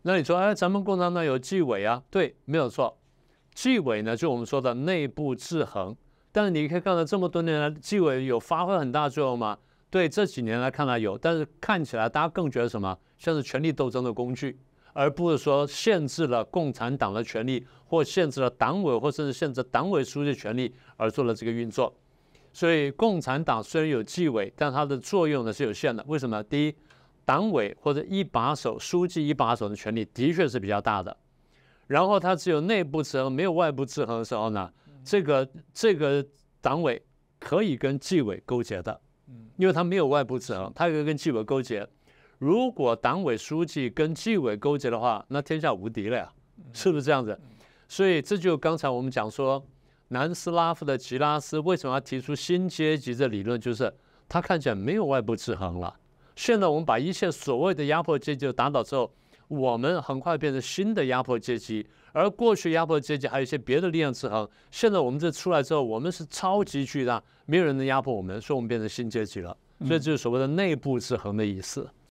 那你说，哎，咱们共产党有纪委啊？对，没有错。纪委呢，就我们说的内部制衡。但是你可以看到，这么多年来，纪委有发挥很大作用吗？对，这几年来看来有，但是看起来大家更觉得什么，像是权力斗争的工具，而不是说限制了共产党的权利，或限制了党委，或甚至限制党委书记的权利而做了这个运作。所以，共产党虽然有纪委，但它的作用呢是有限的。为什么？第一，党委或者一把手、书记一把手的权力的确是比较大的。然后它只有内部制衡，没有外部制衡的时候呢，这个党委可以跟纪委勾结的，因为它没有外部制衡，它可以跟纪委勾结。如果党委书记跟纪委勾结的话，那天下无敌了呀，是不是这样子？所以这就刚才我们讲说，南斯拉夫的吉拉斯为什么要提出新阶级的理论，就是他看起来没有外部制衡了。现在我们把一切所谓的压迫阶级打倒之后，我们很快变成新的压迫阶级，而过去压迫阶级还有一些别的力量制衡。现在我们这出来之后，我们是超级巨大，没有人能压迫我们，所以我们变成新阶级了。所以这就是所谓的内部制衡的意思。